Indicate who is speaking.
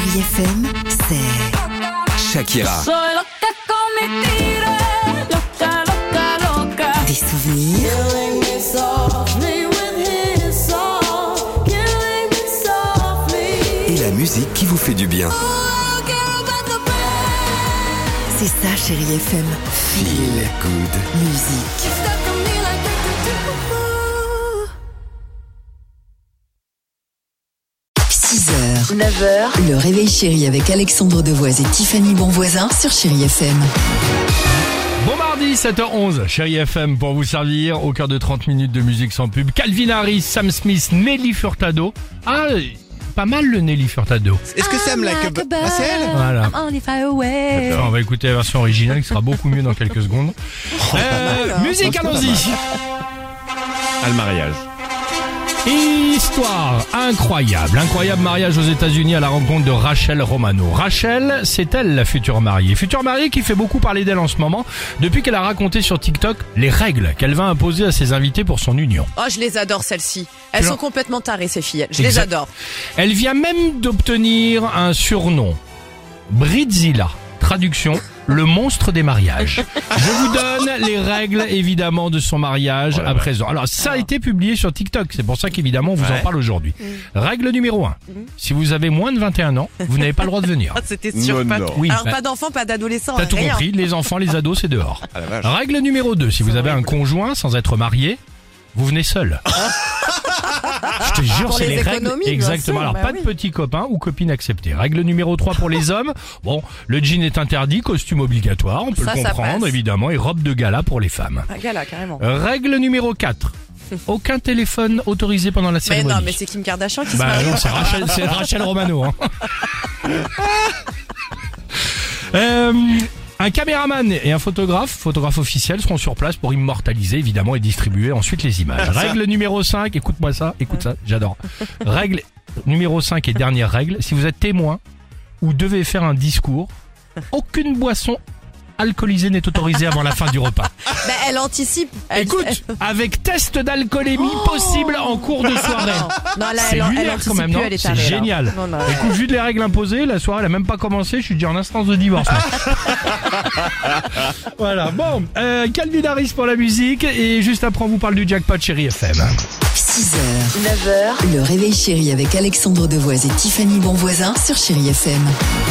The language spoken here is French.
Speaker 1: Chérie FM, c'est
Speaker 2: Shakira.
Speaker 3: Soy loca con mi tigre, loca, loca, loca.
Speaker 1: des souvenirs,
Speaker 3: Killing me softly with his song, killing me softly.
Speaker 2: Et la musique qui vous fait du bien.
Speaker 3: Oh, I don't care about the band.
Speaker 1: c'est ça Chérie FM.
Speaker 2: Feel good.
Speaker 1: Musique.
Speaker 3: Stuck on me like that,
Speaker 1: 6h, 9h, le réveil chéri avec Alexandre Devoise et Tiffany Bonvoisin sur Chérie FM.
Speaker 4: Bon mardi, 7h11, Chérie FM pour vous servir au cœur de 30 minutes de musique sans pub. Calvin Harris, Sam Smith, Nelly Furtado. Ah, pas mal le Nelly Furtado.
Speaker 5: Est-ce que Sam like a c'est elle?
Speaker 4: Voilà.
Speaker 3: I'm only far away.
Speaker 4: On va écouter la version originale qui sera beaucoup mieux dans quelques secondes. Musique, allons-y.
Speaker 5: Le mariage.
Speaker 4: Histoire incroyable mariage aux États-Unis à la rencontre de Rachel Romano. Rachel, c'est elle la future mariée qui fait beaucoup parler d'elle en ce moment depuis qu'elle a raconté sur TikTok les règles qu'elle va imposer à ses invités pour son union.
Speaker 6: Oh, je les adore celles-ci. Elles
Speaker 4: Non.
Speaker 6: sont complètement tarées ces filles. Je les adore.
Speaker 4: Elle vient même d'obtenir un surnom, Britzilla, traduction, le monstre des mariages. Je vous donne les règles évidemment de son mariage à présent. Alors ça a été publié sur TikTok, c'est pour ça qu'évidemment on vous en parle aujourd'hui. Règle numéro 1, si vous avez moins de 21 ans, vous n'avez pas le droit de venir.
Speaker 6: C'était sûr.
Speaker 5: Non.
Speaker 4: Oui,
Speaker 6: Alors
Speaker 4: bah,
Speaker 6: pas d'enfants, pas d'adolescents.
Speaker 4: t'as tout
Speaker 6: rien.
Speaker 4: compris, les enfants, les ados, c'est dehors.
Speaker 5: Ah la vache.
Speaker 4: Règle numéro 2, si vous avez un conjoint sans être marié, vous venez seul. Je te jure,
Speaker 6: Pour
Speaker 4: c'est
Speaker 6: les
Speaker 4: les règles.
Speaker 6: économies, bien
Speaker 4: Exactement.
Speaker 6: sûr,
Speaker 4: Alors,
Speaker 6: bah
Speaker 4: pas
Speaker 6: oui.
Speaker 4: de petits copains ou copines acceptées. Règle numéro 3 pour les hommes. Bon, le jean est interdit, costume obligatoire, on peut
Speaker 6: Ça,
Speaker 4: le
Speaker 6: ça
Speaker 4: comprendre,
Speaker 6: passe.
Speaker 4: évidemment, et robe de gala pour les femmes.
Speaker 6: Un gars là, carrément.
Speaker 4: Règle numéro 4. Aucun téléphone autorisé pendant la
Speaker 6: Mais
Speaker 4: cérémonie.
Speaker 6: non, mais c'est Kim Kardashian qui se
Speaker 4: Bah
Speaker 6: marie.
Speaker 4: non, c'est Rachel Romano. Hein. Un caméraman et un photographe officiel seront sur place pour immortaliser évidemment et distribuer ensuite les images. Règle numéro 5, écoute ça, j'adore. Règle numéro 5 et dernière règle, si vous êtes témoin ou devez faire un discours, aucune boisson alcoolisée n'est autorisée avant la fin du repas.
Speaker 6: Bah, elle anticipe. Elle-
Speaker 4: Écoute, avec test d'alcoolémie possible en cours de soirée.
Speaker 6: Non, là,
Speaker 4: C'est
Speaker 6: elle
Speaker 4: lunaire
Speaker 6: anticipe
Speaker 4: quand même,
Speaker 6: plus,
Speaker 4: non?
Speaker 6: elle est
Speaker 4: C'est
Speaker 6: tarée, là.
Speaker 4: génial.
Speaker 6: Non, non,
Speaker 4: Écoute, vu de les règles imposées, la soirée elle a même pas commencé, je suis déjà en instance de divorce. moi. Voilà, bon, Calvin Harris pour la musique, et juste après on vous parle du jackpot Chérie FM.
Speaker 1: 6h, 9h, le réveil chéri avec Alexandre Devoise et Tiffany Bonvoisin sur Chérie FM.